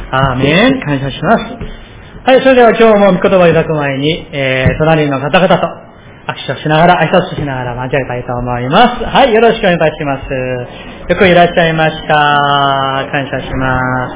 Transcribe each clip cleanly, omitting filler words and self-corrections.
アーメン。感謝します。はい、それでは今日も御言葉をいただく前に、隣の方々と握手をしながら、挨拶しながら交わりたいと思います。はい、よろしくお願いいたします。よくいらっしゃいました。感謝します。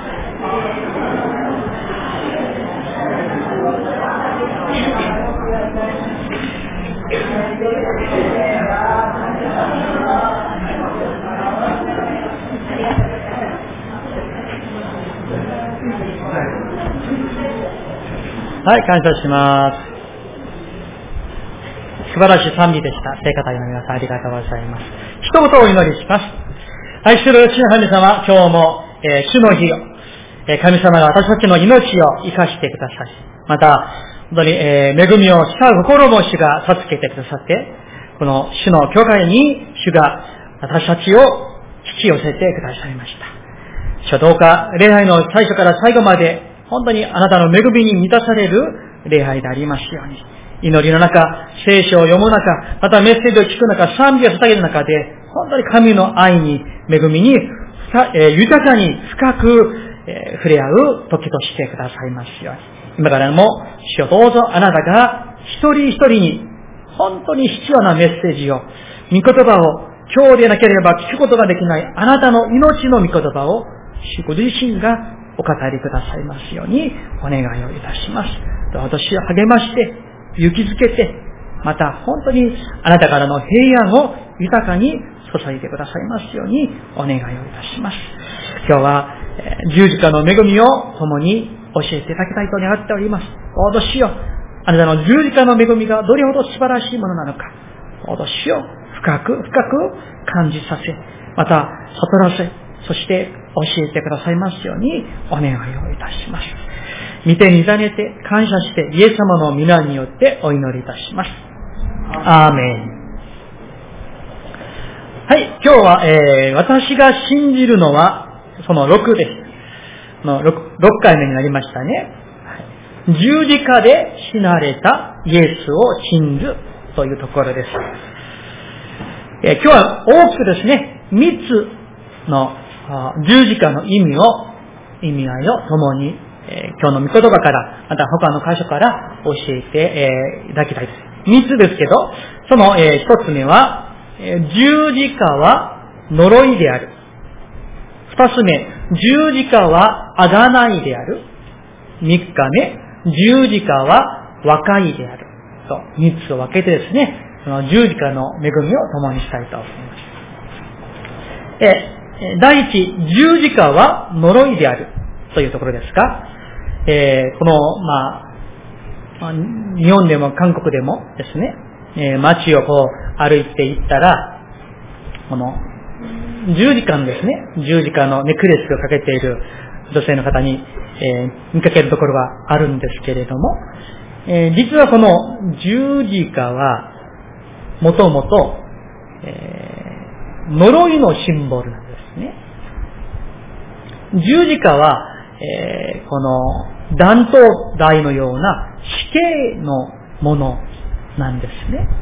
はい、感謝します。素晴らしい賛美でした。聖歌隊の皆さんありがとうございます。一言お祈りします。愛する主の神様、今日も、主の日を、神様が私たちの命を生かしてください。また、本当に、恵みを慕う心も主が授けてくださって、この主の教会に主が私たちを引き寄せてくださいました。主はどうか礼拝の最初から最後まで本当にあなたの恵みに満たされる礼拝でありますように。祈りの中、聖書を読む中、またメッセージを聞く中、賛美を捧げる中で、本当に神の愛に、恵みに、豊かに深く、触れ合う時としてくださいますように。今からも、主よどうぞあなたが一人一人に、本当に必要なメッセージを、御言葉を、今日でなければ聞くことができないあなたの命の御言葉を、主ご自身がお語りくださいますようにお願いをいたします。私を励まして、勇気づけて、また本当にあなたからの平安を豊かに注いでくださいますようにお願いをいたします。今日は十字架の恵みを共に教えていただきたいと願っております。どうぞ主よ、あなたの十字架の恵みがどれほど素晴らしいものなのか、どうぞ主よ、深く深く感じさせ、また悟らせ、そして教えてくださいますようにお願いをいたします。見てにざねて感謝してイエス様の皆によってお祈りいたします。アーメン。はい、今日は、私が信じるのはその6です。6回目になりましたね。十字架で死なれたイエスを信ずというところです。今日は大きくですね、3つの十字架の意味合いを共に、今日の御言葉から、また他の箇所から教えて、いただきたいです。3つですけど、その、1つ目は、十字架は呪いである。2つ目、十字架は贖いである。3日目、十字架は和解である。と、3つを分けてですね、その十字架の恵みを共にしたいと思います。第一、十字架は呪いであるというところですが、この、日本でも韓国でもですね、街をこう歩いていったら、この十字架のですね、十字架のネックレスをかけている女性の方に、見かけるところがあるんですけれども、実はこの十字架はもともと呪いのシンボルなんですね。十字架は、この断頭台のような死刑のものなんですね。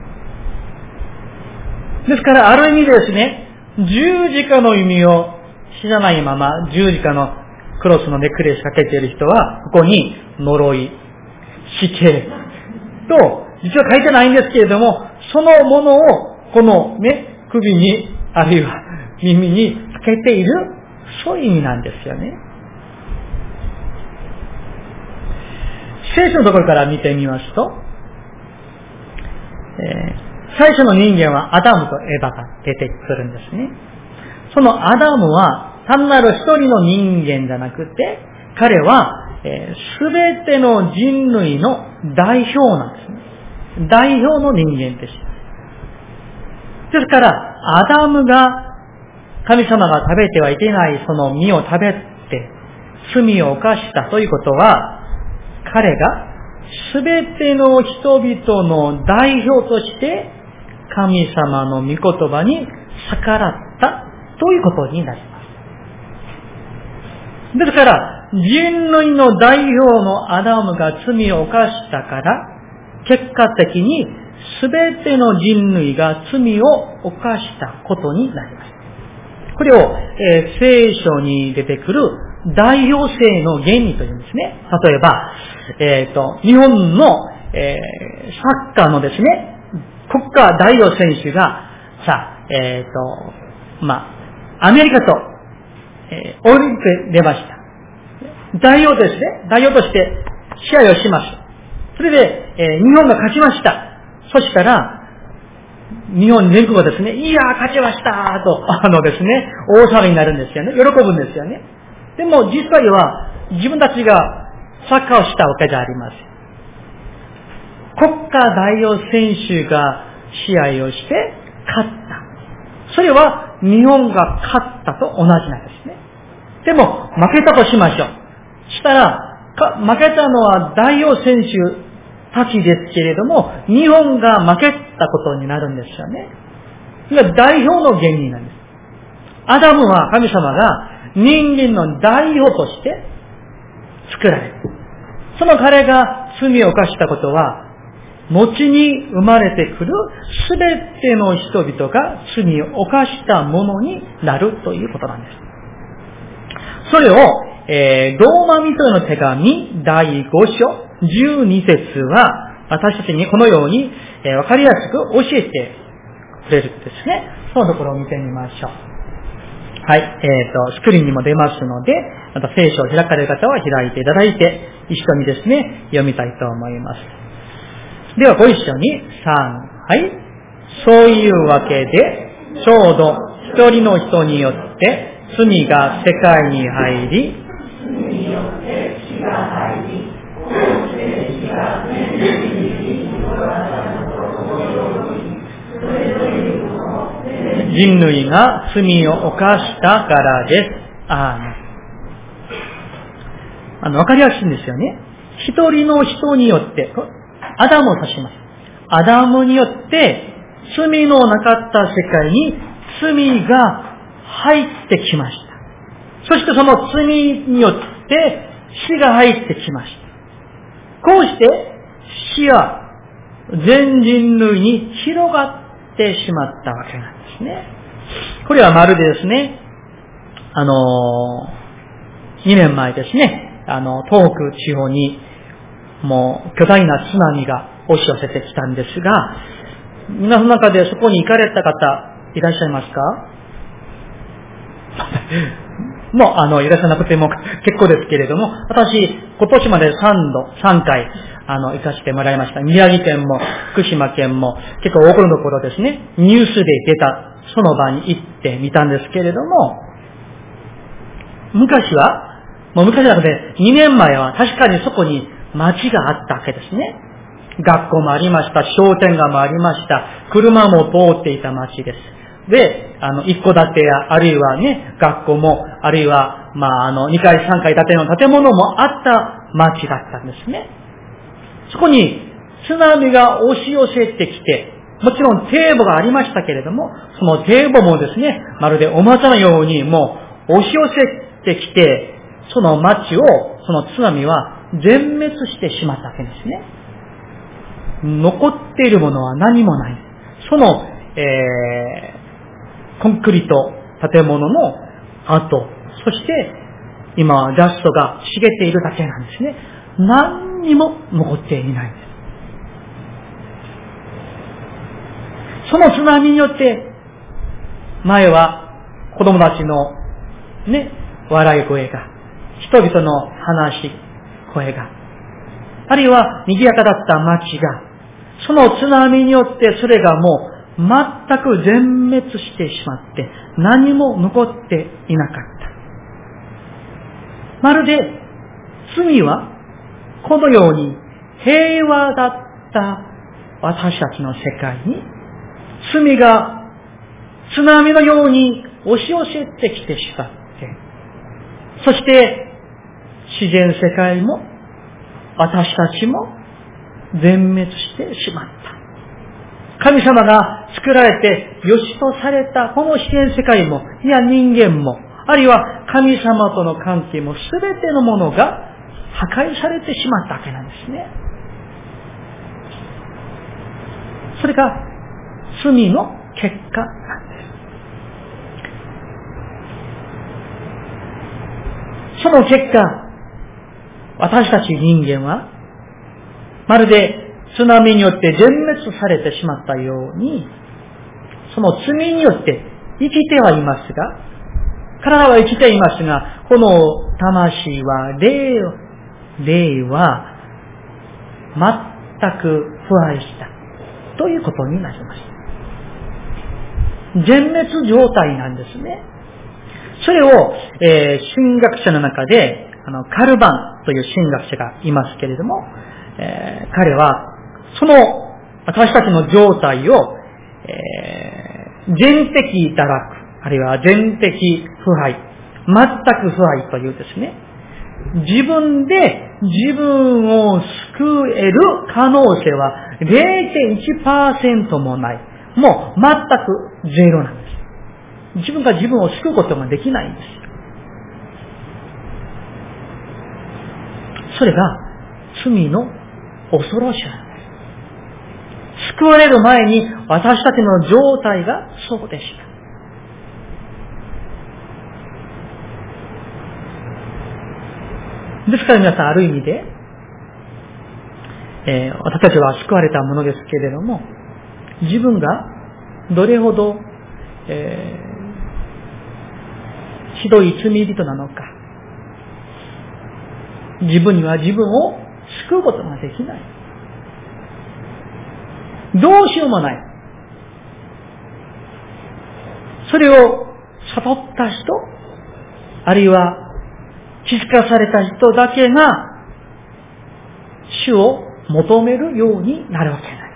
ですからある意味ですね、十字架の意味を知らないまま十字架のクロスのネックレスかけている人はここに呪い、死刑と実は書いてないんですけれども、そのものをこのね、首にあるいは耳につけている、そういう意味なんですよね。聖書のところから見てみますと、最初の人間はアダムとエバが出てくるんですね。そのアダムは単なる一人の人間じゃなくて、彼はすべての人類の代表なんですね。代表の人間でした。ですから、アダムが神様が食べてはいけないその実を食べて罪を犯したということは、彼がすべての人々の代表として神様の御言葉に逆らったということになります。ですから、人類の代表のアダムが罪を犯したから、結果的にすべての人類が罪を犯したことになります。これを、聖書に出てくる代表性の原理というんですね。例えば、日本の、サッカーのですね、国家代表選手が、アメリカと、オリンピックに出ました。代表ですね。代表として試合をします。それで、日本が勝ちました。そしたら、日本全国がですね、いやー勝ちましたと、ですね、大騒ぎになるんですよね。喜ぶんですよね。でも実際は自分たちがサッカーをしたわけじゃありません。国家代表選手が試合をして勝った。それは日本が勝ったと同じなんですね。でも負けたとしましょう。したら、負けたのは代表選手たちですけれども、日本が負けたことになるんですよね。それが代表の原理なんです。アダムは神様が人間の代表として作られた。その彼が罪を犯したことは、後に生まれてくるすべての人々が罪を犯したものになるということなんです。それを、ローマ人への手紙第5章12節は私たちにこのように、わかりやすく教えてくれるんですね。そのところを見てみましょう。はい、スクリーンにも出ますので、また聖書を開かれる方は開いていただいて、一緒にですね、読みたいと思います。ではご一緒に、3、はい。そういうわけで、ちょうど一人の人によって罪が世界に入り、罪によって死が入り、こうして死が全人に広がったことのように、それというのも人類が罪を犯したからです。わかりやすいんですよね。一人の人によって、アダムを指します。アダムによって罪のなかった世界に罪が入ってきました。そしてその罪によって死が入ってきました。こうして死は全人類に広がってしまったわけなんですね。これはまるでですね、2年前ですね、東北地方にもう巨大な津波が押し寄せてきたんですが、皆さんの中でそこに行かれた方いらっしゃいますか？もういらっしゃらなくても結構ですけれども、私今年まで3回行かせてもらいました。宮城県も福島県も結構多くのところですね、ニュースで出たその場に行ってみたんですけれども、昔じゃなくて2年前は確かにそこに町があったわけですね。学校もありました、商店街もありました、車も通っていた町です。で、一戸建てや、あるいはね、学校も、あるいは、2階、3階建ての建物もあった町だったんですね。そこに津波が押し寄せてきて、もちろん堤防がありましたけれども、その堤防もですね、まるでお股のようにもう押し寄せてきて、その町を、その津波は全滅してしまったわけですね。残っているものは何もない。その、コンクリート建物の跡、そして今はダストが茂っているだけなんですね。何にも残っていないんです。その津波によって、前は子供たちのね、笑い声が、人々の話し声が、あるいは賑やかだった街が、その津波によってそれがもう全く全滅してしまって何も残っていなかった。まるで罪はこのように平和だった私たちの世界に罪が津波のように押し寄せてきてしまって、そして自然世界も私たちも全滅してしまった。神様が作られて良しとされたこの自然世界も、いや人間も、あるいは神様との関係もすべてのものが破壊されてしまったわけなんですね。それが罪の結果なんです。 その結果、私たち人間は、まるで津波によって全滅されてしまったように、その罪によって生きてはいますが、体は生きていますが、この魂は、霊は、全く腐敗したということになります。全滅状態なんですね。それを、神学者の中でカルバンという神学者がいますけれども、彼はその私たちの状態を、全的堕落、あるいは全的腐敗、全く腐敗というですね、自分で自分を救える可能性は 0.1% もない。もう全くゼロなんです。自分が自分を救うことができないんです。それが罪の恐ろしさなんです。救われる前に私たちの状態がそうでした。ですから皆さんある意味で、私たちは救われたものですけれども、自分がどれほど、ひどい罪人なのか、自分には自分を救うことができない。どうしようもない。それを悟った人、あるいは気づかされた人だけが主を求めるようになるわけなんです。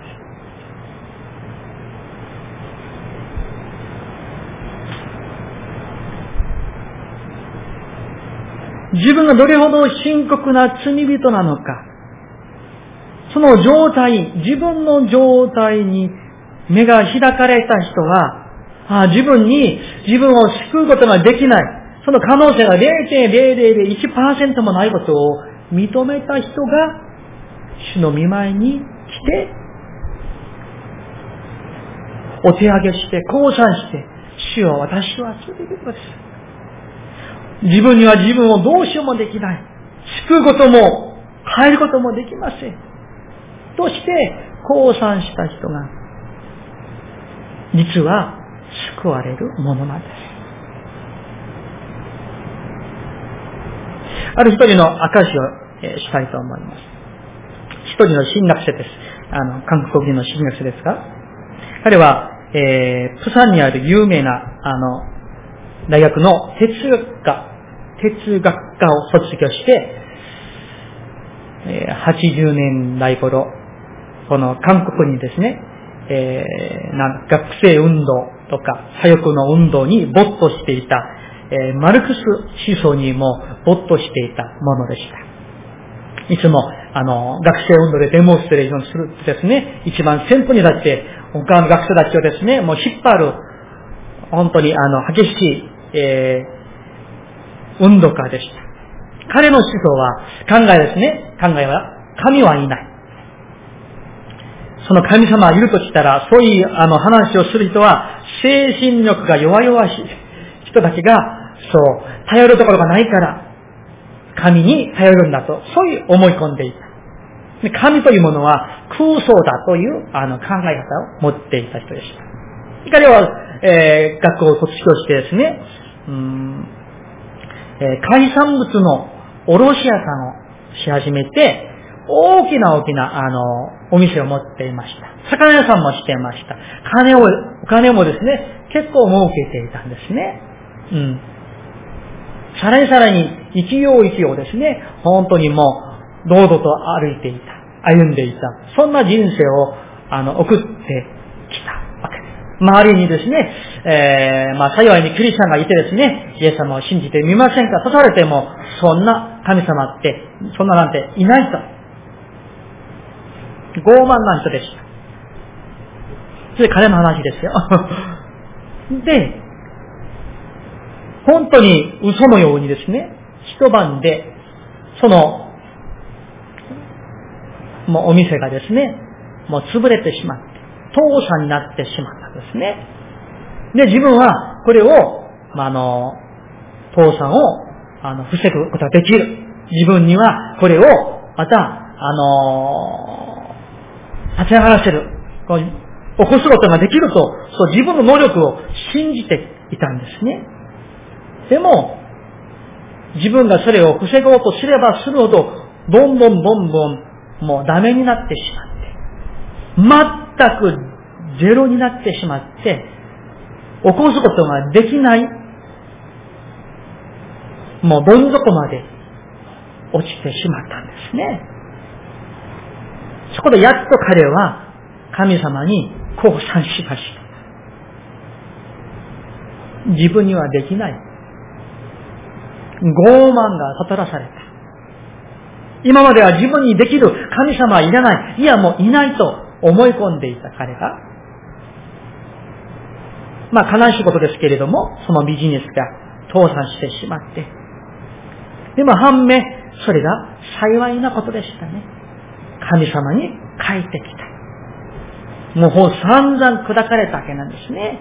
自分がどれほど深刻な罪人なのか、その状態、自分の状態に目が開かれた人は、自分を救うことができない。その可能性が 0.0001% もないことを認めた人が主の御前に来て、お手上げして降参して、主よ、私は罪人です。自分には自分をどうしようもできない。救うことも変えることもできません。として降参した人が実は救われるものなんです。ある一人の証しをしたいと思います。一人の神学者です。韓国人の神学者ですが、彼は、プサンにある有名な大学の哲学科を卒業して、80年代頃、この韓国にですね、学生運動とか左翼の運動に没頭していた、マルクス思想にも没頭していたものでした。いつも学生運動でデモンストレーションするとですね、一番先頭に立って他の学生たちをですね、もう引っ張る本当に激しい、運動家でした。彼の思想は考えですね。考えは神はいない。その神様がいるとしたら、そういう話をする人は精神力が弱々しい人たちが頼るところがないから神に頼るんだと、そういう思い込んでいた。で、神というものは空想だという考え方を持っていた人でした。彼は、学校を卒業してですね、海産物の卸屋さんをし始めて、大きなお店を持っていました。魚屋さんもしていました。お金もですね、結構儲けていたんですね。さらに生きようですね、本当にもう堂々と歩んでいた。そんな人生を送ってきたわけです。周りにですね、幸いにクリスチャンがいてですね、イエス様を信じてみませんかとされても、そんな神様って、そんななんていないと。傲慢な人でした。それ彼の話ですよ。で、本当に嘘のようにですね、一晩で、もうお店がですね、もう潰れてしまって、倒産になってしまったんですね。で、自分はこれを、倒産を防ぐことができる。自分にはこれをまた、立ち上がらせる。起こすことができると、そう自分の能力を信じていたんですね。でも、自分がそれを防ごうとすればするほど、ボンボンもうダメになってしまって、全くゼロになってしまって、起こすことができない、もうどん底まで落ちてしまったんですね。そこでやっと彼は神様に降参しました。自分にはできない。傲慢が悟らされた。今までは自分にできる神様はいらない。いやもういないと思い込んでいた彼が、悲しいことですけれども、そのビジネスが倒産してしまって。でも反面、それが幸いなことでしたね。神様に帰ってきた。もう散々砕かれたわけなんですね。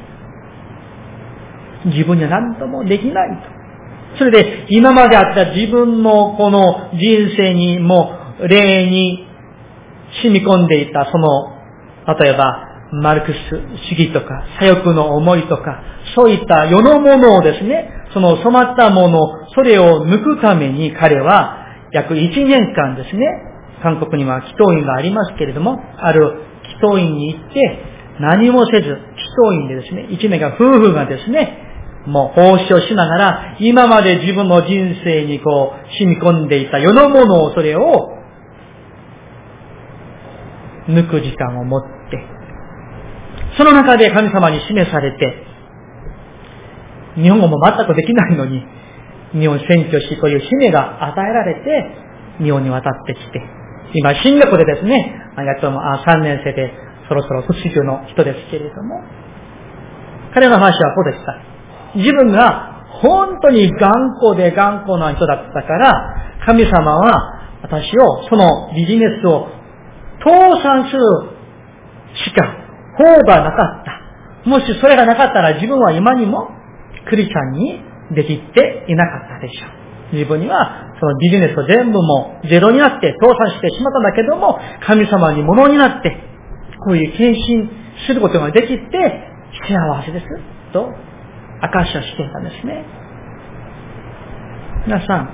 自分には何ともできないと。それで今まであった自分のこの人生にも霊に染み込んでいた例えばマルクス主義とか左翼の思いとか、そういった世のものをですね、その染まったもの、それを抜くために彼は約1年間ですね、韓国には祈祷院がありますけれども、ある祈祷院に行って何もせず、祈祷院でですね、1年間夫婦がですね、もう奉仕をしながら、今まで自分の人生に染み込んでいた世のものを、それを抜く時間を持って、その中で神様に示されて、日本語も全くできないのに、日本宣教師という使命が与えられて、日本に渡ってきて、今、シンガポールでですね、3年生で、そろそろ卒業の人ですけれども、彼の話はこうでした。自分が本当に頑固な人だったから、神様は私をそのビジネスを倒産するしか方がなかった。もしそれがなかったら自分は今にもクリスチャンにできていなかったでしょう。自分にはそのビジネスを全部もうゼロになって倒産してしまったんだけども、神様に物になってこういう献身することができて幸せですと証しをしていたんですね。皆さん、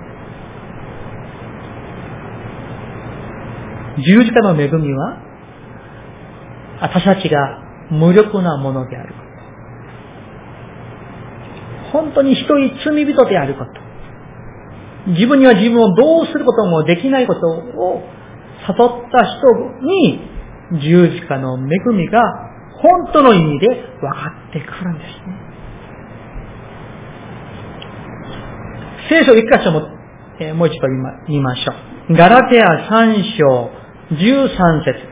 十字架の恵みは私たちが無力なものであること、本当に一人罪人であること、自分には自分をどうすることもできないことを悟った人に十字架の恵みが本当の意味で分かってくるんですね。聖書一箇所も、もう一度見ましょう。ガラテヤ3章13節です。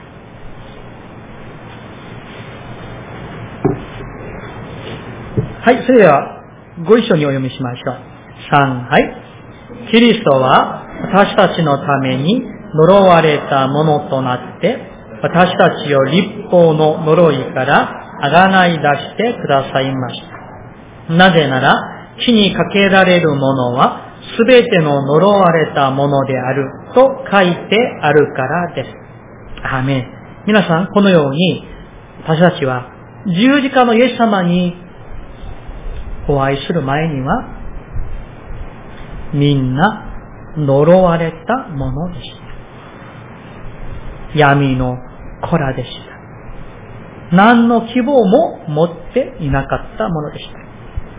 はい、それではご一緒にお読みしましょう。3、はい。キリストは私たちのために呪われたものとなって、私たちを律法の呪いからあがない出してくださいました。なぜなら、火にかけられるものはすべての呪われたものであると書いてあるからです。アーメン。皆さん、このように私たちは十字架のイエス様にお会いする前にはみんな呪われたものでした。闇の子らでした。何の希望も持っていなかったものでした。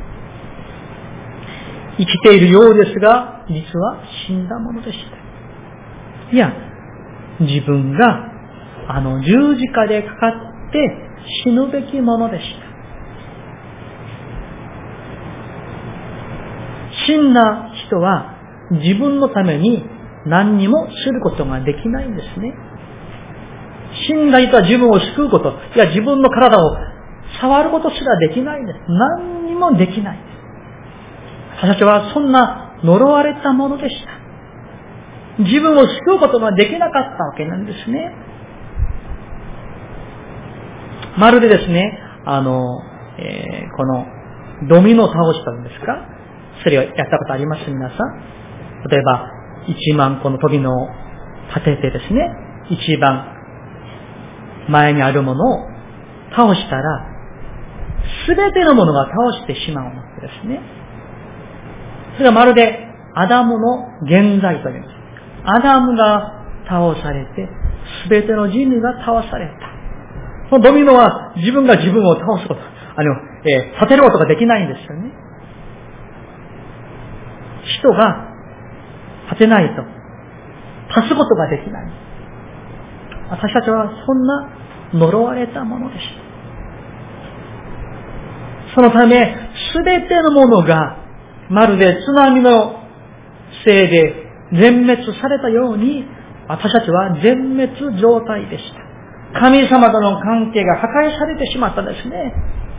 生きているようですが、実は死んだものでした。いや、自分が十字架でかかって死ぬべきものでした。死んだ人は自分のために何にもすることができないんですね。死んだ人は自分を救うこと、いや自分の体を触ることすらできないんです。何にもできないんです。私たちはそんな呪われたものでした。自分を救うことができなかったわけなんですね。まるでですね、このドミノを倒したんですか、 それをやったことあります皆さん？例えば、1万個の飛びのを立ててですね、一番前にあるものを倒したら、すべてのものが倒してしまうのですね。それはまるでアダムの現在というんです。アダムが倒されて、すべての人類が倒された。そのドミノは自分が自分を倒すこと、立てることができないんですよね。人が立てないと、足すことができない。私たちはそんな呪われたものでした。そのため、すべてのものが、まるで津波のせいで全滅されたように、私たちは全滅状態でした。神様との関係が破壊されてしまったですね。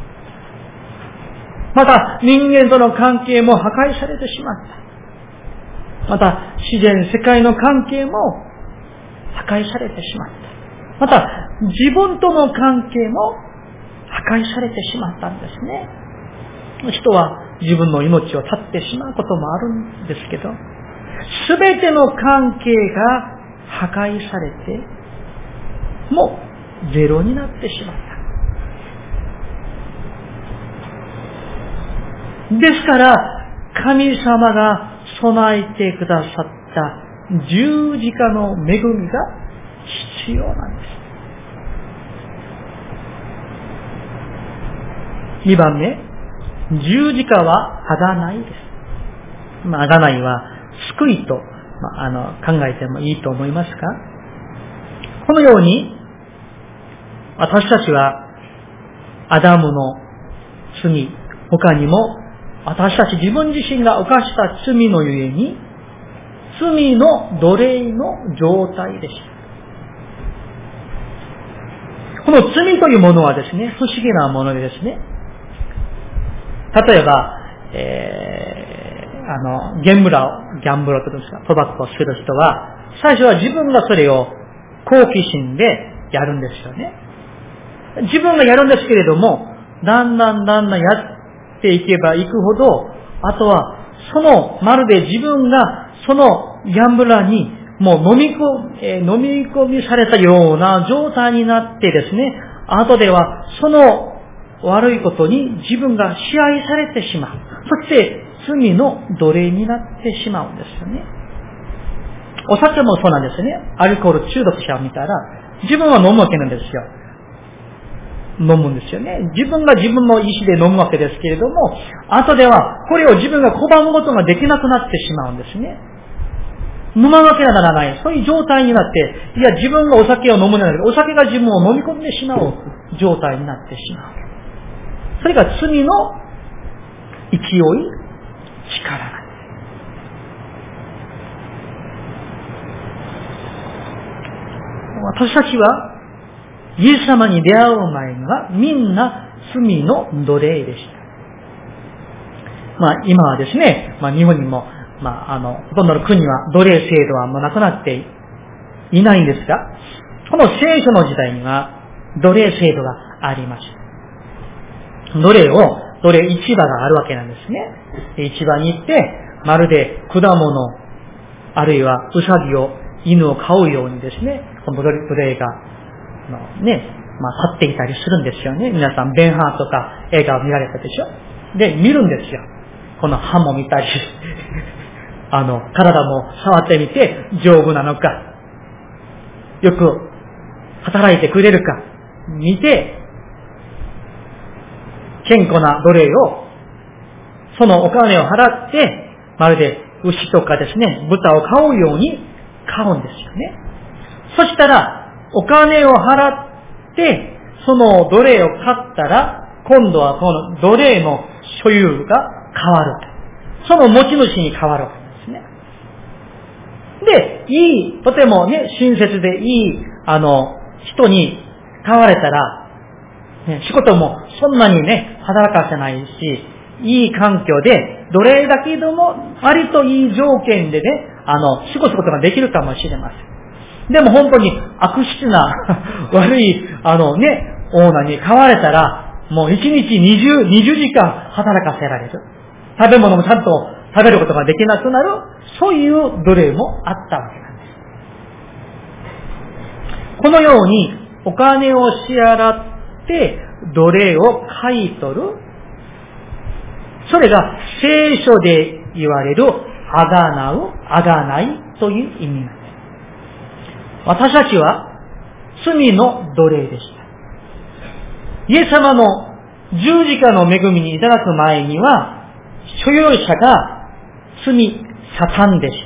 また、人間との関係も破壊されてしまった。また、自然世界の関係も破壊されてしまった。また、自分との関係も破壊されてしまったんですね。人は自分の命を絶ってしまうこともあるんですけど、すべての関係が破壊されて、もうゼロになってしまった。ですから、神様が備えてくださった十字架の恵みが必要なんです。2番目、十字架は贖いです。贖いは救いと、考えてもいいと思いますか？このように、私たちはアダムの罪、他にも私たち自分自身が犯した罪のゆえに、罪の奴隷の状態でした。この罪というものはですね、不思議なものでですね、例えば、ギャンブラーというんですか、賭博をする人は、最初は自分がそれを好奇心でやるんですよね。自分がやるんですけれども、だんだんやっていけばいくほど、あとは、まるで自分がそのギャンブラーにもう飲み込みされたような状態になってですね、後ではその悪いことに自分が支配されてしまう。そして罪の奴隷になってしまうんですよね。お酒もそうなんですね。アルコール中毒者を見たら、自分は飲むわけなんですよ。飲むんですよね。自分が自分の意思で飲むわけですけれども、後ではこれを自分が拒むことができなくなってしまうんですね。飲まなければならない。そういう状態になって、いや自分がお酒を飲むのではなくて、お酒が自分を飲み込んでしまう状態になってしまう。それが罪の勢い、力なんです。私たちはイエス様に出会う前にはみんな罪の奴隷でした。今はですね、日本にも、ほとんどの国は奴隷制度はもうなくなっていないんですが、この聖書の時代には奴隷制度がありました。奴隷市場があるわけなんですね。市場に行って、まるで果物、あるいはウサギを、犬を飼うようにですね、この奴隷が、立っていたりするんですよね。皆さん、ベンハーとか映画を見られたでしょ。で、見るんですよ。この歯も見たり、体も触ってみて、丈夫なのか、よく働いてくれるか、見て、健康な奴隷を、そのお金を払って、まるで牛とかですね、豚を飼うように飼うんですよね。そしたら、お金を払って、その奴隷を飼ったら、今度はこの奴隷の所有が変わる。その持ち主に変わるわけですね。で、とてもね、親切でいい、人に飼われたら、仕事もそんなにね、働かせないし、いい環境で、奴隷だけども、割といい条件でね、過ごすことができるかもしれません。でも本当に悪質な、悪い、オーナーに飼われたら、もう1日20時間働かせられる。 食べ物もちゃんと食べることができなくなる、そういう奴隷もあったわけなんです。このようにお金を支払って奴隷を買い取る、それが聖書で言われるあがなう、あがないという意味なんです。私たちは罪の奴隷でした。イエス様の十字架の恵みにいただく前には、所有者が罪、サタンでした。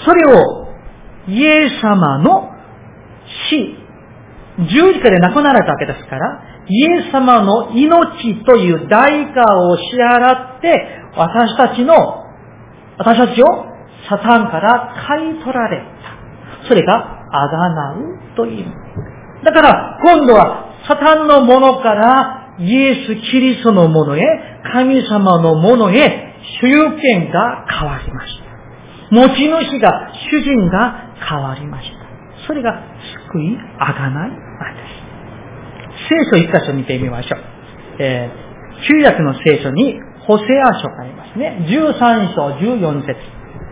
それをイエス様の死、十字架で亡くなられたわけですから、イエス様の命という代価を支払って、私たちをサタンから買い取られた。それがあがなうという。だから今度はサタンのものからイエス・キリストのものへ、神様のものへ所有権が変わりました。持ち主が、主人が変わりました。それが救い、あがないなんです。聖書一箇所見てみましょう。旧約の聖書にホセア書がありますね。13章14節。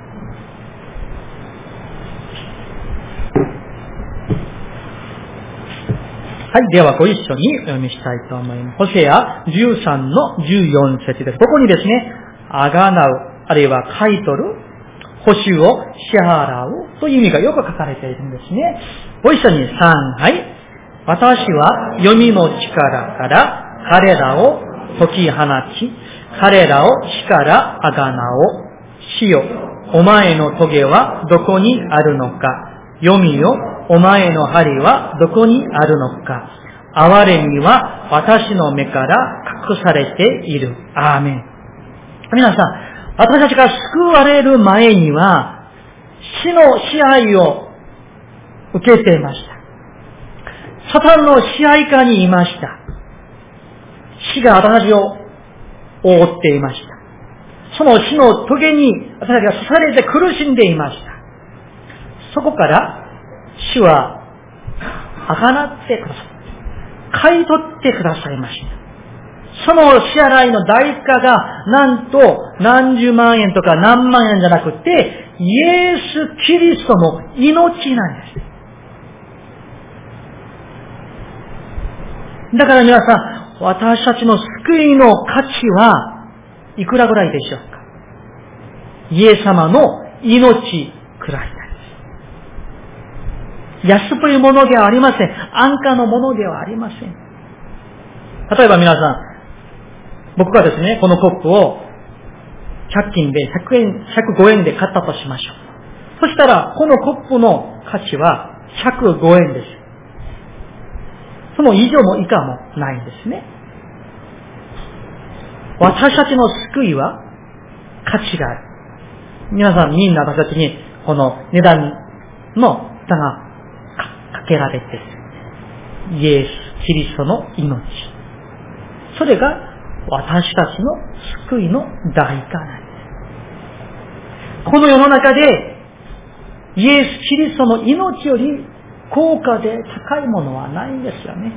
はい。ではご一緒にお読みしたいと思います。ホセア13の14節です。ここにですね、あがなう、あるいは買い取る、報酬を支払うという意味がよく書かれているんですね。ご一緒に3、はい。私は読みの力から彼らを解き放ち、彼らを死からあがなお。死よ、お前の棘はどこにあるのか。読みよ、お前の針はどこにあるのか。憐れみは私の目から隠されている。アーメン。皆さん、私たちが救われる前には、死の支配を受けていました。サタンの支配下にいました。死が私たちを覆っていました。その死の棘に私たちが刺されて苦しんでいました。そこから主はあがなってください。買い取ってくださいました。その支払いの代価がなんと何十万円とか何万円じゃなくて、イエス・キリストの命なんです。だから皆さん、私たちの救いの価値はいくらぐらいでしょうか。イエス様の命くらいなんです。安っぽいものではありません。安価のものではありません。例えば皆さん、僕がですね、このコップを100均で105円で買ったとしましょう。そしたら、このコップの価値は105円です。その以上も以下もないんですね。私たちの救いは価値がある。皆さんみんな私たちにこの値段の蓋がかけられて、イエス・キリストの命。それが私たちの救いの代価なんです。この世の中でイエス・キリストの命より高価で高いものはないんですよね。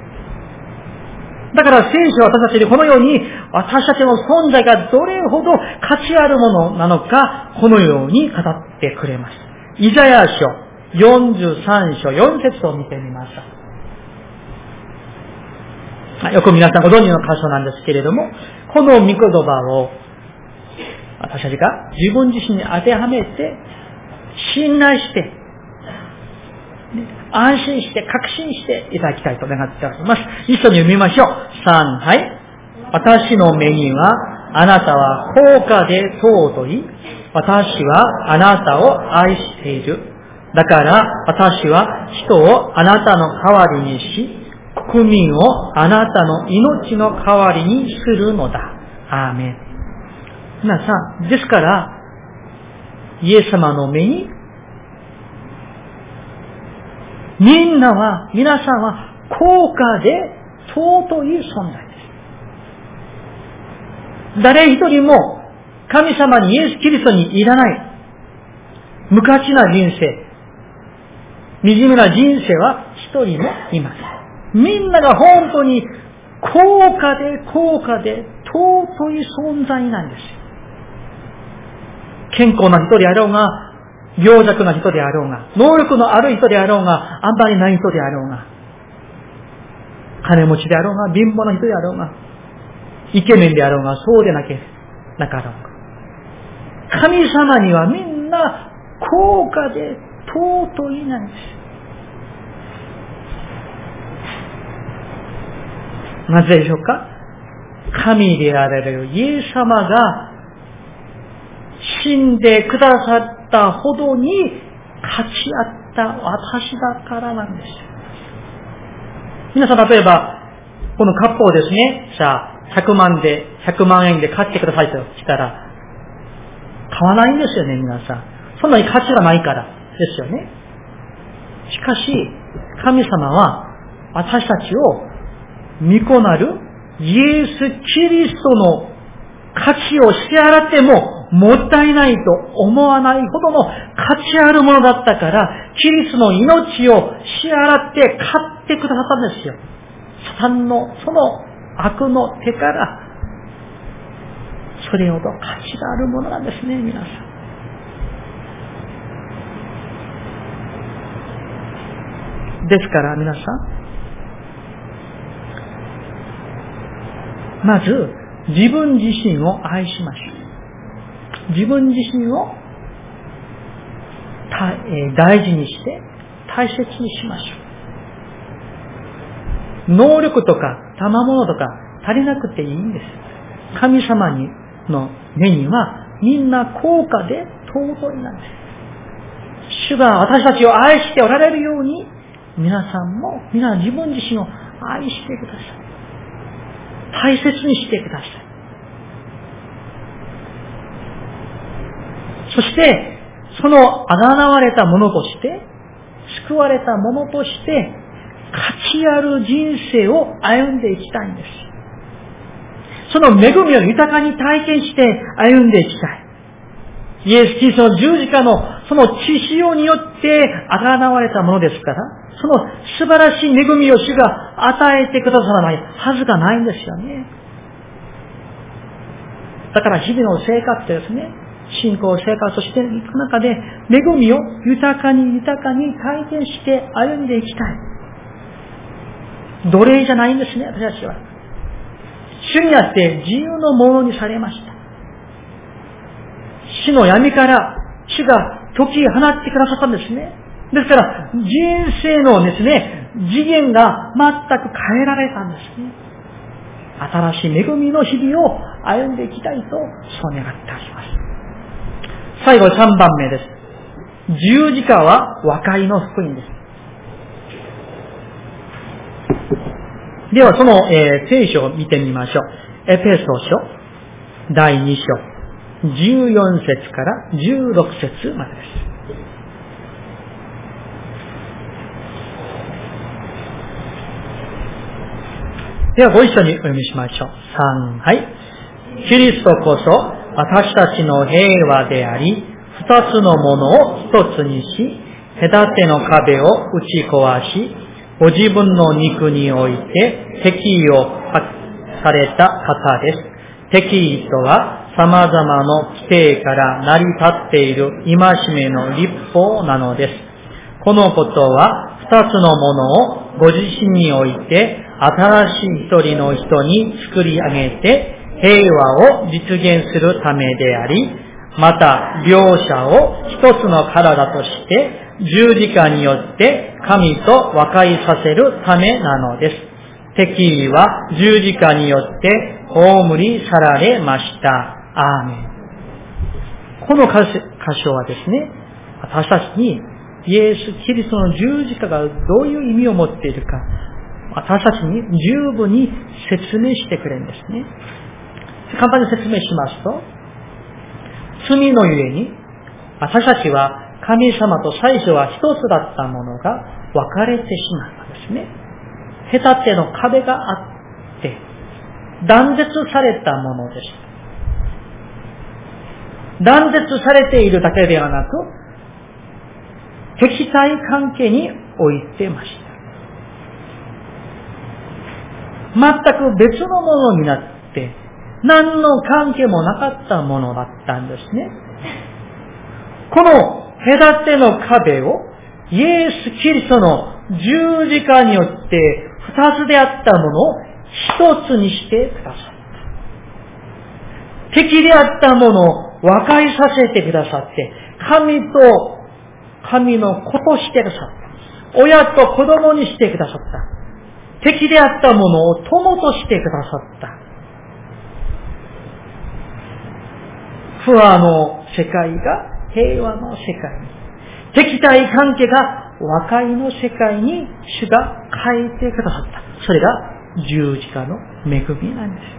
だから聖書は私たちにこのように私たちの存在がどれほど価値あるものなのか、このように語ってくれます。イザヤ書43章4節を見てみましょう。よく皆さんご存知の箇所なんですけれども、この御言葉を私たちが自分自身に当てはめて信頼して安心して確信していただきたいと願っております。一緒に読みましょう。3、はい。私の目にはあなたは高価で尊い。私はあなたを愛している。だから私は人をあなたの代わりにし、国民をあなたの命の代わりにするのだ。アーメン。皆さん、ですから、イエス様の目に、皆さんは高価で尊い存在です。誰一人も神様にイエス・キリストにいらない。無価値な人生、惨めな人生は一人もいません。みんなが本当に高価で尊い存在なんですよ。健康な人であろうが、病弱な人であろうが、能力のある人であろうが、あんまりない人であろうが、金持ちであろうが、貧乏な人であろうが、イケメンであろうが、そうでなかろうが。神様にはみんな高価で尊いなんです。なぜでしょうか？神であられるイエス様が死んでくださったほどに価値あった私だからなんです。皆さん、例えばこのカップをですね、じゃあ100万円で買ってくださいとしたら買わないんですよね、皆さん。そんなに価値がないからですよね。しかし神様は私たちを御子なるイエス・キリストの価値を支払ってももったいないと思わないほどの価値あるものだったから、キリストの命を支払って買ってくださったんですよ。サタンのその悪の手から、それほど価値があるものなんですね、皆さん。ですから皆さん、まず自分自身を愛しましょう。自分自身を大事にして大切にしましょう。能力とか賜物とか足りなくていいんです。神様の目にはみんな高価で尊いなんです。主が私たちを愛しておられるように、皆さんも自分自身を愛してください。大切にしてください。そしてその贖われたものとして、救われたものとして価値ある人生を歩んでいきたいんです。その恵みを豊かに体験して歩んでいきたい。イエス・キリストの十字架のその血潮によって贖われたものですから、その素晴らしい恵みを主が与えてくださらないはずがないんですよね。だから日々の生活ですね、信仰生活をしていく中で、恵みを豊かに体験して歩んでいきたい。奴隷じゃないんですね、私たちは。主にあって自由のものにされました。死の闇から主が解き放ってくださったんですね。ですから人生のですね、次元が全く変えられたんですね。新しい恵みの日々を歩んでいきたいとそう願っております。最後3番目です。十字架は和解の福音です。ではその、聖書を見てみましょう。エペソ書第2章14節から16節までです。ではご一緒にお読みしましょう。3、はい。キリストこそ私たちの平和であり、二つのものを一つにし、隔ての壁を打ち壊し、ご自分の肉において敵意をされた方です。敵意とは様々な規定から成り立っている戒めの律法なのです。このことは二つのものをご自身において新しい一人の人に作り上げて平和を実現するためであり、また両者を一つの体として十字架によって神と和解させるためなのです。敵意は十字架によって葬り去られました。アーメン。この箇所はですね、私たちにイエス・キリストの十字架がどういう意味を持っているか、私たちに十分に説明してくれるんですね。簡単に説明しますと、罪のゆえに私たちは神様と最初は一つだったものが分かれてしまったんですね。隔ての壁があって断絶されたものでした。断絶されているだけではなく、敵対関係に置いてました。全く別のものになって、 何の関係もなかったものだったんですね。この隔ての壁をイエス・キリストの十字架によって二つであったものを一つにしてくださった。敵であったものを和解させてくださって、神と神の子としてくださった。親と子供にしてくださった。敵であったものを友としてくださった。不和の世界が平和の世界に、敵対関係が和解の世界に主が変えてくださった。それが十字架の恵みなんです。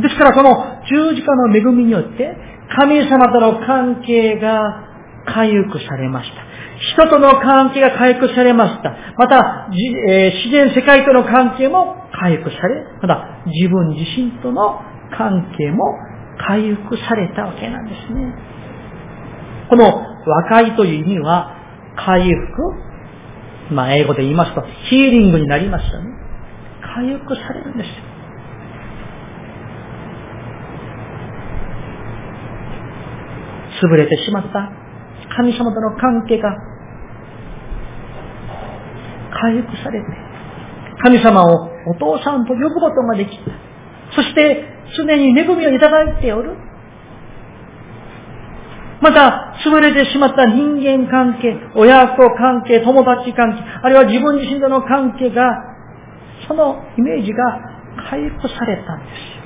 ですからこの十字架の恵みによって神様との関係が回復されました。人との関係が回復されました。また、自然世界との関係も回復され、また自分自身との関係も回復されたわけなんですね。この和解という意味は回復、英語で言いますとヒーリングになりましたね。回復されるんですよ。潰れてしまった神様との関係が回復されて、神様をお父さんと呼ぶことができた。そして常に恵みをいただいておる。また潰れてしまった人間関係、親子関係、友達関係、あるいは自分自身との関係が、そのイメージが回復されたん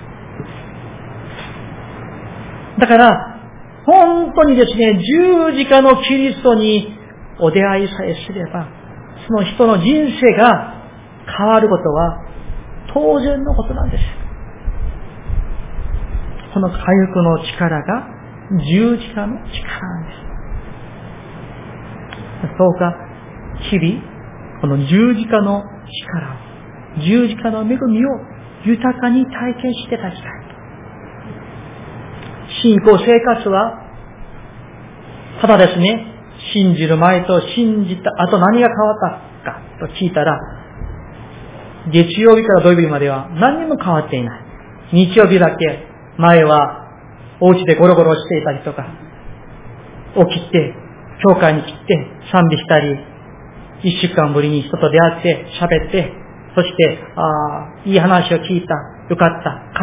ですよ。だから本当にですね、十字架のキリストにお出会いさえすれば、その人の人生が変わることは当然のことなんです。この回復の力が十字架の力なんです。どうか日々この十字架の力を、十字架の恵みを豊かに体験していただきたい。信仰生活はただですね、信じる前と信じた後何が変わったかと聞いたら、月曜日から土曜日までは何にも変わっていない。日曜日だけ前はお家でゴロゴロしていたりとか、起きて教会に来て賛美したり、一週間ぶりに人と出会って喋って、そしていい話を聞いた、よかった、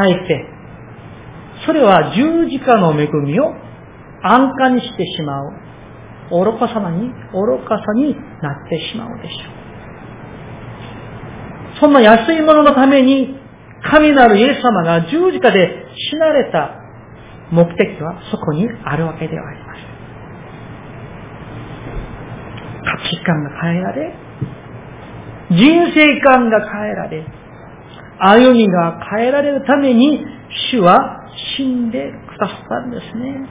帰って、それは十字架の恵みを安価にしてしまう愚かさになってしまうでしょう。そんな安いもののために神なるイエス様が十字架で死なれた目的はそこにあるわけではありません。価値観が変えられ、人生観が変えられ、歩みが変えられるために主は死んでくださったんですね。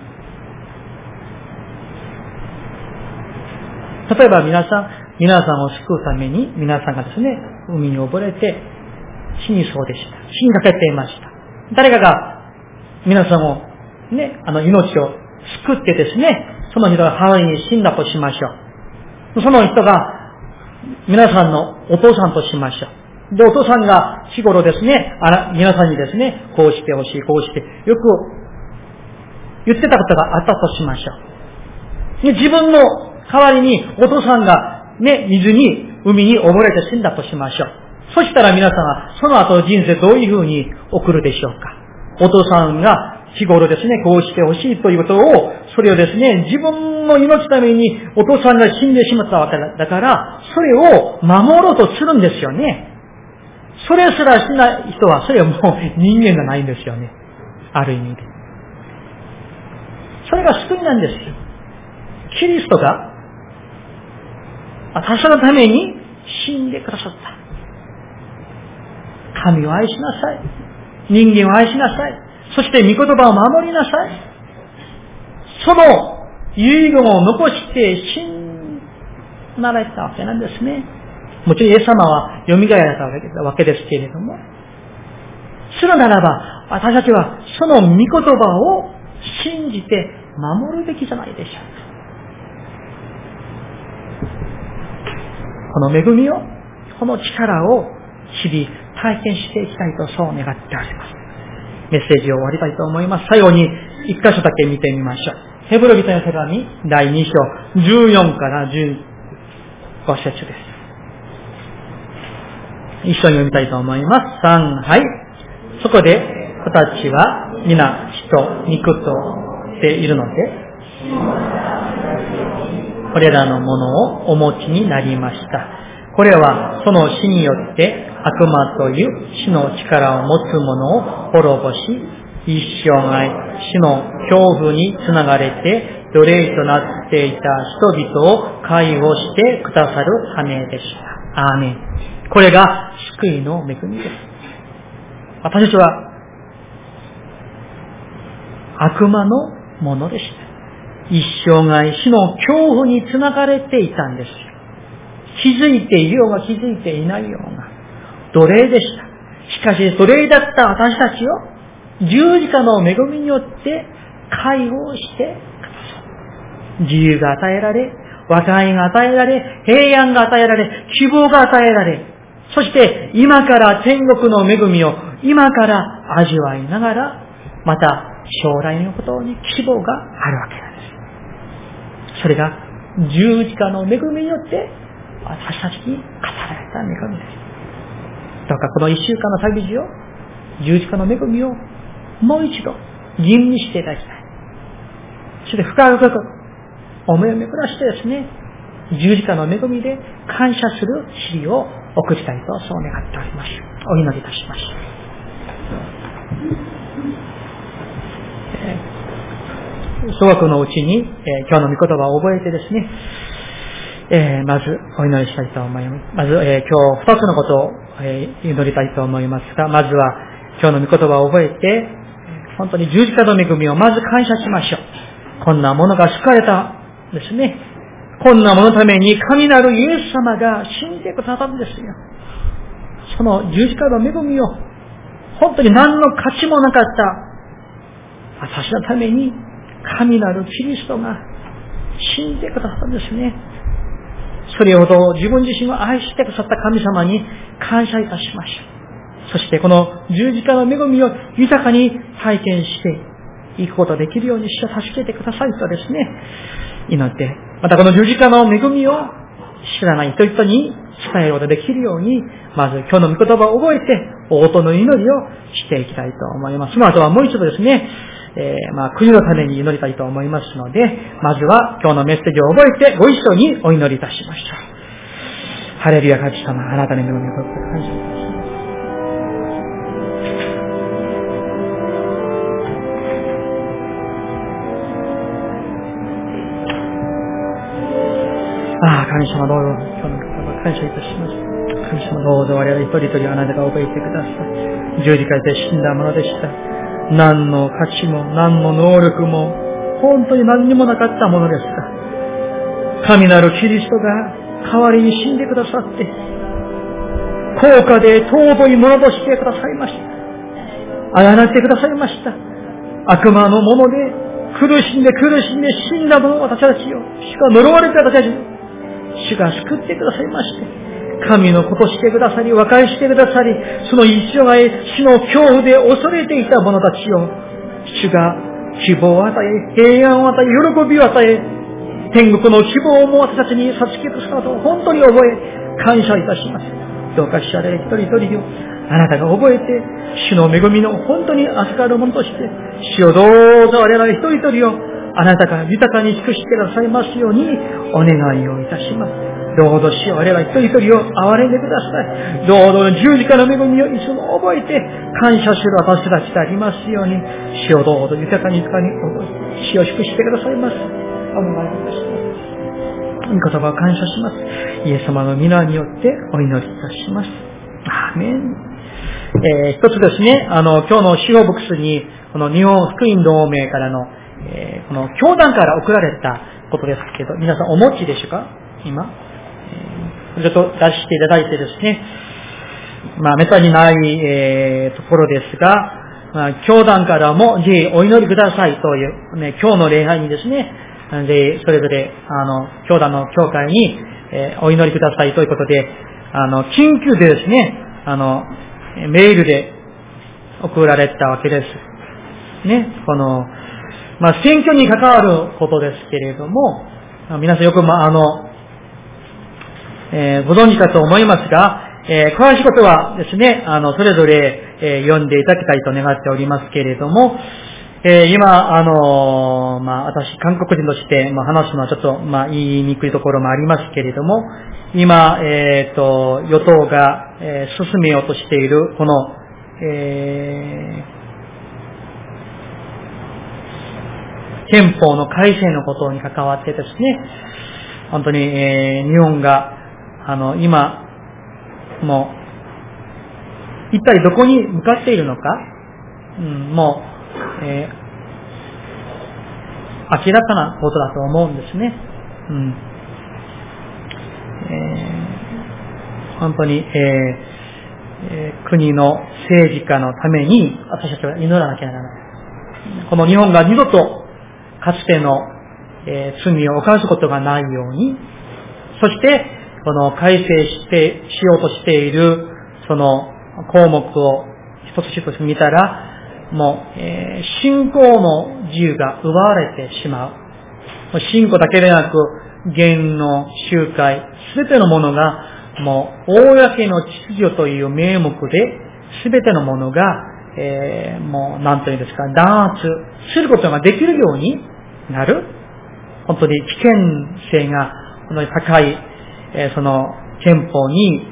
例えば皆さんを救うために皆さんがですね、海に溺れて死にそうでした。死にかけていました。誰かが皆さんをね、命を救ってですね、その人がハワイに死んだとしましょう。その人が皆さんのお父さんとしましょう。で、お父さんが日頃ですね、皆さんにですね、こうしてほしい、こうして、よく言ってたことがあったとしましょう。で、自分の代わりにお父さんがね、海に溺れて死んだとしましょう。そしたら皆さんはその後の人生どういうふうに送るでしょうか。お父さんが日頃ですね、こうしてほしいということを、それをですね、自分の命のためにお父さんが死んでしまったわけだから、それを守ろうとするんですよね。それすらしない人は、それはもう人間がないんですよね。ある意味で。それが救いなんですよ。キリストが私のために死んでくださった。神を愛しなさい。人間を愛しなさい。そして御言葉を守りなさい。その遺言を残して死なれたわけなんですね。もちろんイエス様は蘇られたわけですけれども、するならば私たちはその御言葉を信じて守るべきじゃないでしょうか。この恵みを、この力を日々 体験していきたいとそう願っております。メッセージを終わりたいと思います。最後に一箇所だけ見てみましょう。ヘブル人の手紙第2章14から15節です。一緒に読みたいと思います。3、はい。そこで子たちは皆血と肉としているので、これらのものをお持ちになりました。これはその死によって悪魔という死の力を持つ者を滅ぼし、一生涯死の恐怖につながれて奴隷となっていた人々を解放してくださるためでした。アーメン。これが救いの恵みです。私たちは悪魔のものでした。一生涯死の恐怖につながれていたんですよ。気づいているような気づいていないような奴隷でした。しかし奴隷だった私たちを十字架の恵みによって解放してください。自由が与えられ、和解が与えられ、平安が与えられ、希望が与えられ、そして今から天国の恵みを今から味わいながら、また将来のことに希望があるわけなんです。それが十字架の恵みによって私たちに語られた恵みです。どうかこの一週間の旅路を、十字架の恵みをもう一度吟味していただきたい。そして深く思いを巡らしてですね、十字架の恵みで感謝する日々を送りたいとそう願っております。お祈りいたします。小学のうちに、今日の御言葉を覚えてですね、まずお祈りしたいと思います。まず、今日二つのことを、祈りたいと思いますが、まずは今日の御言葉を覚えて、本当に十字架の恵みをまず感謝しましょう。こんなものが救われたんですね。こんなもののために神なるイエス様が死んでくださったんですよ。その十字架の恵みを本当に何の価値もなかった私のために神なるキリストが死んでくださったんですね。それほど自分自身を愛してくださった神様に感謝いたしましょう。そしてこの十字架の恵みを豊かに体験していくことができるように主を助けてくださいとですね、祈って、またこの十字架の恵みを知らない人々に伝えることができるように、まず今日の御言葉を覚えて応答の祈りをしていきたいと思います。その後はもう一度ですね、国のために祈りたいと思いますので、まずは今日のメッセージを覚えてご一緒にお祈りいたしましょう。ハレルヤ神様、あなたの恵みを感謝いたします。神様どうぞ、今日の言葉感謝いたします。神様どうぞ我々一人一人あなたが覚えてください。十字架で死んだものでした。何の価値も何の能力も本当に何にもなかったものですが、神なるキリストが代わりに死んでくださって、高価で尊いものとしてくださいました。あやなってくださいました。悪魔のもので苦しんで死んだもの私たちを、主が呪われた私たちを主が救ってくださいまして、神のことしてくださり、和解してくださり、その一生涯死の恐怖で恐れていた者たちを主が希望を与え、平安を与え、喜びを与え、天国の希望も私たちに授けてくださると本当に覚え感謝いたします。どうか主あれ一人一人をあなたが覚えて、主の恵みの本当に預かるものとして、主をどうぞ我々一人一人をあなたが豊かに尽くしてくださいますようにお願いをいたします。どうぞ主を我々一人一人を憐れんでください。どうぞ十字架の恵みをいつも覚えて感謝する私たちでありますように、主をどうぞ豊かに覚えて、主を祝してくださいます。お願いいたします。御言葉を感謝します。イエス様の皆によってお祈りいたします。アーメン。一つですね、今日のシオブックスに、この日本福音同盟からの、この教団から送られたことですけど、皆さんお持ちでしょうか今、ちょっと出していただいてですね、めったにない、ところですが、教団からもぜひお祈りくださいという、ね、今日の礼拝にですね、でそれぞれ教団の教会に、お祈りくださいということで、緊急でですね、 メールで送られたわけです。ね、選挙に関わることですけれども、皆さんよくご存知かと思いますが、詳しいことはですね、それぞれ、読んでいただきたいと願っておりますけれども、今、私、韓国人として、話すのはちょっと、言いにくいところもありますけれども、今、与党が、進めようとしている、この、憲法の改正のことに関わってですね、本当に、日本が、今、もう、一体どこに向かっているのか、もう、明らかなことだと思うんですね。本当に、国の政治家のために私たちは祈らなきゃならない。この日本が二度とかつての、罪を犯すことがないように、そしてこの改正しようとしているその項目を一つ一つ見たら、もう、信仰の自由が奪われてしまう。信仰だけでなく、言の集会、すべてのものが、もう、公の秩序という名目で、すべてのものが、もう、なんというんですか、弾圧することができるようになる。本当に危険性が、この高い、その、憲法に、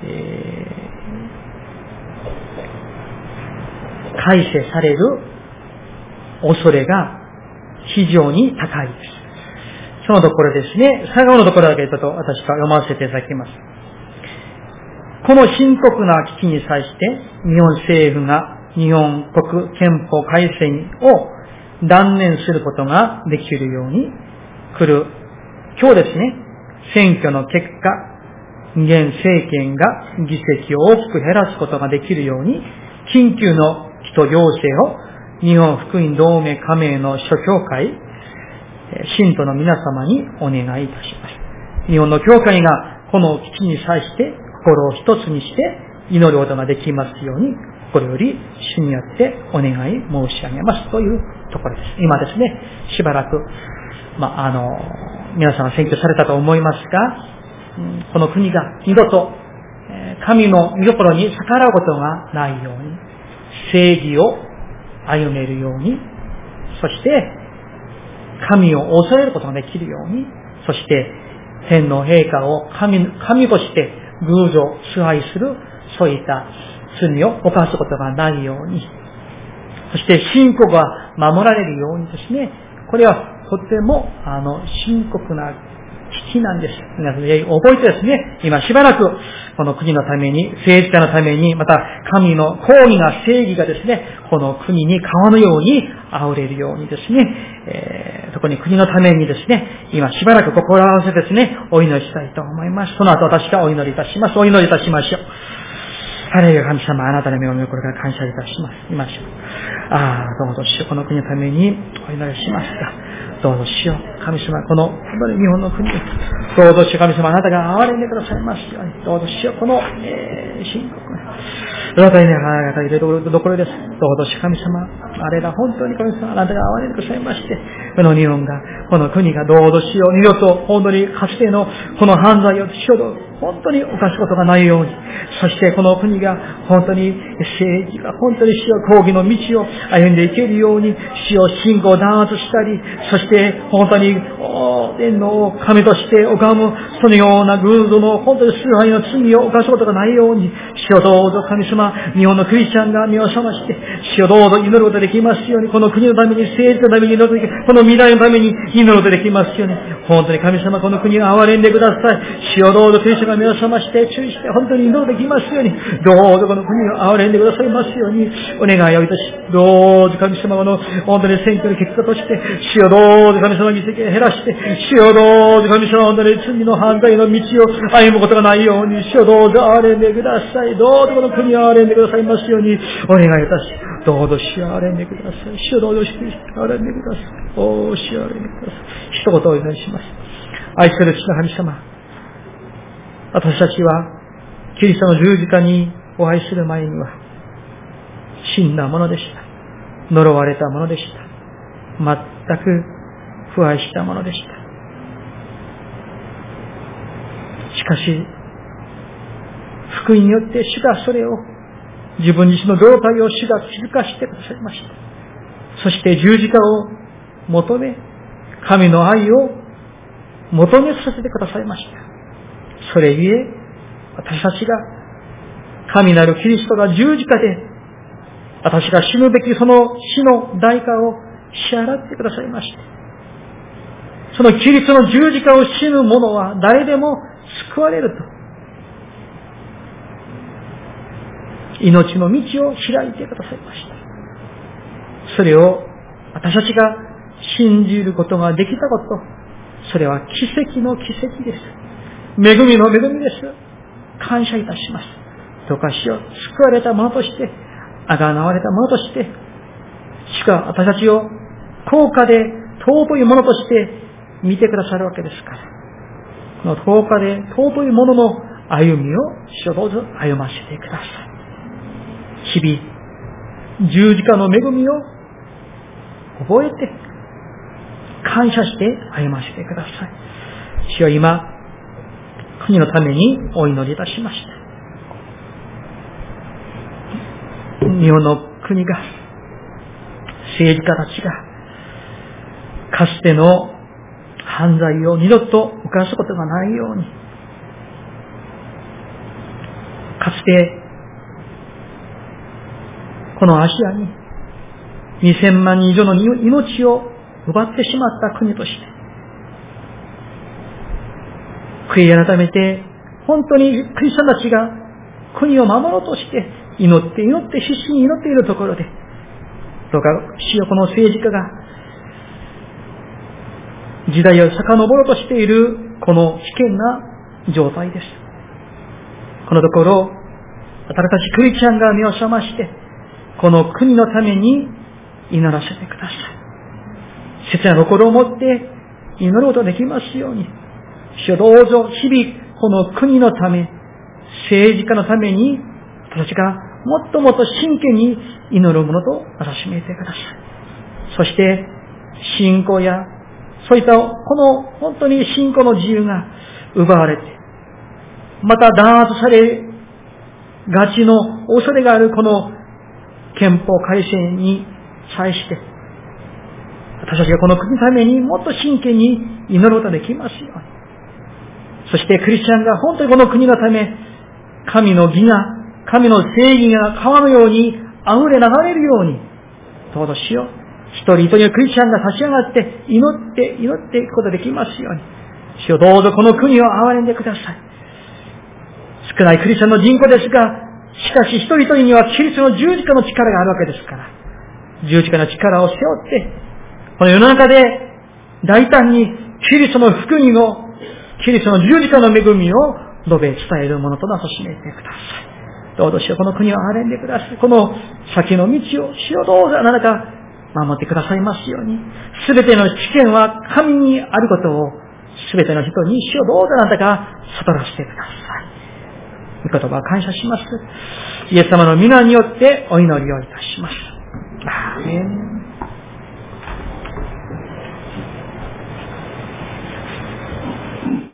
改正される恐れが非常に高いです。そのところですね、最後のところだけちょっと私が読ませていただきます。この深刻な危機に際して、日本政府が日本国憲法改正を断念することができるように来る。今日ですね、選挙の結果、現政権が議席を大きく減らすことができるように、緊急の人行政を日本福音同盟加盟の諸教会、信徒の皆様にお願いいたします。日本の教会がこの危機に際して心を一つにして祈ることができますように、心より主によってお願い申し上げますというところです。今ですね、しばらく、皆さんは選挙されたと思いますが、この国が二度と神の御心に逆らうことがないように、正義を歩めるように、そして神を恐れることができるように、そして天皇陛下を神として偶像崇拝する、そういった罪を犯すことがないように、そして信仰が守られるようにですね、これはとても深刻な危機なんです。皆さん覚えてですね、今しばらくこの国のために、政治家のために、また神の公義な正義がですね、この国に川のように溢れるようにですね、特に国のためにですね、今しばらく心を合わせてですね、お祈りしたいと思います。その後私がお祈りいたします。お祈りいたしましょう。ハレルヤ神様、あなたの御心から感謝いたします。いましょう。どうぞしよう、この国のためにお祈りしますが、どうぞしよう、神様、この日本の国、どうぞしよう、神様、あなたが憐れんでくださいますように、どうぞしよう、この、深刻な、あなたにね、あなた入れるところです。どうぞしよう、神様、あれら本当に神様、あなたが憐れんでくださいまして、この日本が、この国がどうぞしよう、二度と本当にかつてのこの犯罪をしようと、本当に犯すことがないように、そしてこの国が本当に政治が本当に主よ、公義の道を歩んでいけるように、主よ、信仰を弾圧したり、そして本当に天皇を神として拝むそのような偶像の本当に崇拝の罪を犯すことがないように、主よどうぞ神様、日本のクリスチャンが目を覚まして、主よどうぞ祈ることができますように、この国のために、政治のために祈ることができる、この未来のために祈ることができますように、本当に神様、この国を憐れんでください。主よどうぞクリスチャンが目を覚まして注意して本当に祈るできますように、どうぞこの国を憐れんでくださいますようにお願いをいたし、どうぞ神様の本当に選挙の結果として、主よどうぞ神様議席を減らして、主よどうぞ神様本当に罪の犯罪の道を歩むことがないように、主よどうぞ憐れんでください。どうぞこの国を憐れんでくださいますようにお願いいたし、どうぞ主よ憐れんでください。主よどうぞ主よ憐れんでください。おー主よ憐れんでください。一言お祈りします。愛する父の神様、私たちはキリストの十字架にお会いする前には死んだものでした。呪われたものでした。全く腐敗したものでした。しかし、福音によって主がそれを、自分自身の胴体を主が気づかしてくださいました。そして十字架を求め、神の愛を求めさせてくださいました。それゆえ、私たちが、神なるキリストが十字架で、私が死ぬべきその死の代価を支払ってくださいました。そのキリストの十字架を死ぬ者は誰でも救われると。命の道を開いてくださいました。それを私たちが信じることができたこと、それは奇跡の奇跡です。恵みの恵みです。感謝いたします。どうかしよう、救われたものとして、あがなわれたものとして、主が私たちを高価で尊いものとして見てくださるわけですから、この高価で尊いものの歩みを主をどうぞ歩ませてください。日々、十字架の恵みを覚えて、感謝して歩ませてください。主は今、国のためにお祈りいたしました。日本の国が、政治家たちが、かつての犯罪を二度と犯すことがないように、かつて、このアジアに2000万人以上の命を奪ってしまった国として、悔い改めて、本当にクリスチャンたちが国を守ろうとして祈って必死に祈っているところで、どうか主よ、この政治家が時代を遡ろうとしているこの危険な状態です。このところ、私たちクリスチャンが目を覚まして、この国のために祈らせてください。切な心を持って祈ることができますように、主よ、どうぞ日々この国のため、政治家のために、私たちがもっともっと真剣に祈るものとならしめてください。そして、信仰や、そういったこの本当に信仰の自由が奪われて、また弾圧されがちの恐れがあるこの憲法改正に際して、私たちがこの国のためにもっと真剣に祈ることができますように。そしてクリスチャンが本当にこの国のため、神の義が、神の正義が川のように溢れ流れるように、どうぞしよう。一人一人のクリスチャンが立ち上がって祈っていくことができますように。主よ、どうぞこの国を憐れんでください。少ないクリスチャンの人口ですが、しかし一人一人にはキリストの十字架の力があるわけですから、十字架の力を背負って、この世の中で大胆にキリストの福音を、キリストの十字架の恵みを述べ伝えるものとなさしめてください。どうぞ主よ、この国を憐れんでください。この先の道を主よ、どうぞあなたが守ってくださいますように。すべての知見は神にあることを、すべての人に主よ、どうぞあなたが悟らせてください。御言葉を感謝します。イエス様の皆によってお祈りをいたします。アーメン。